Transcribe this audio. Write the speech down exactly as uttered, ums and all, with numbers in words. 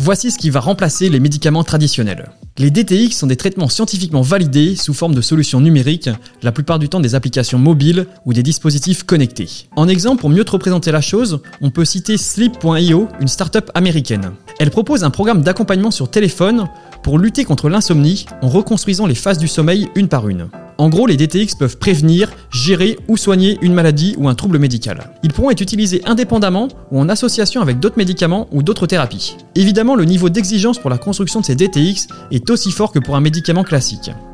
Voici ce qui va remplacer les médicaments traditionnels. Les D T X sont des traitements scientifiquement validés sous forme de solutions numériques, la plupart du temps des applications mobiles ou des dispositifs connectés. En exemple, pour mieux te représenter la chose, on peut citer Sleep point i o, une start-up américaine. Elle propose un programme d'accompagnement sur téléphone pour lutter contre l'insomnie en reconstruisant les phases du sommeil une par une. En gros, les D T X peuvent prévenir, gérer ou soigner une maladie ou un trouble médical. Ils pourront être utilisés indépendamment ou en association avec d'autres médicaments ou d'autres thérapies. Évidemment, le niveau d'exigence pour la construction de ces D T X est aussi fort que pour un médicament classique.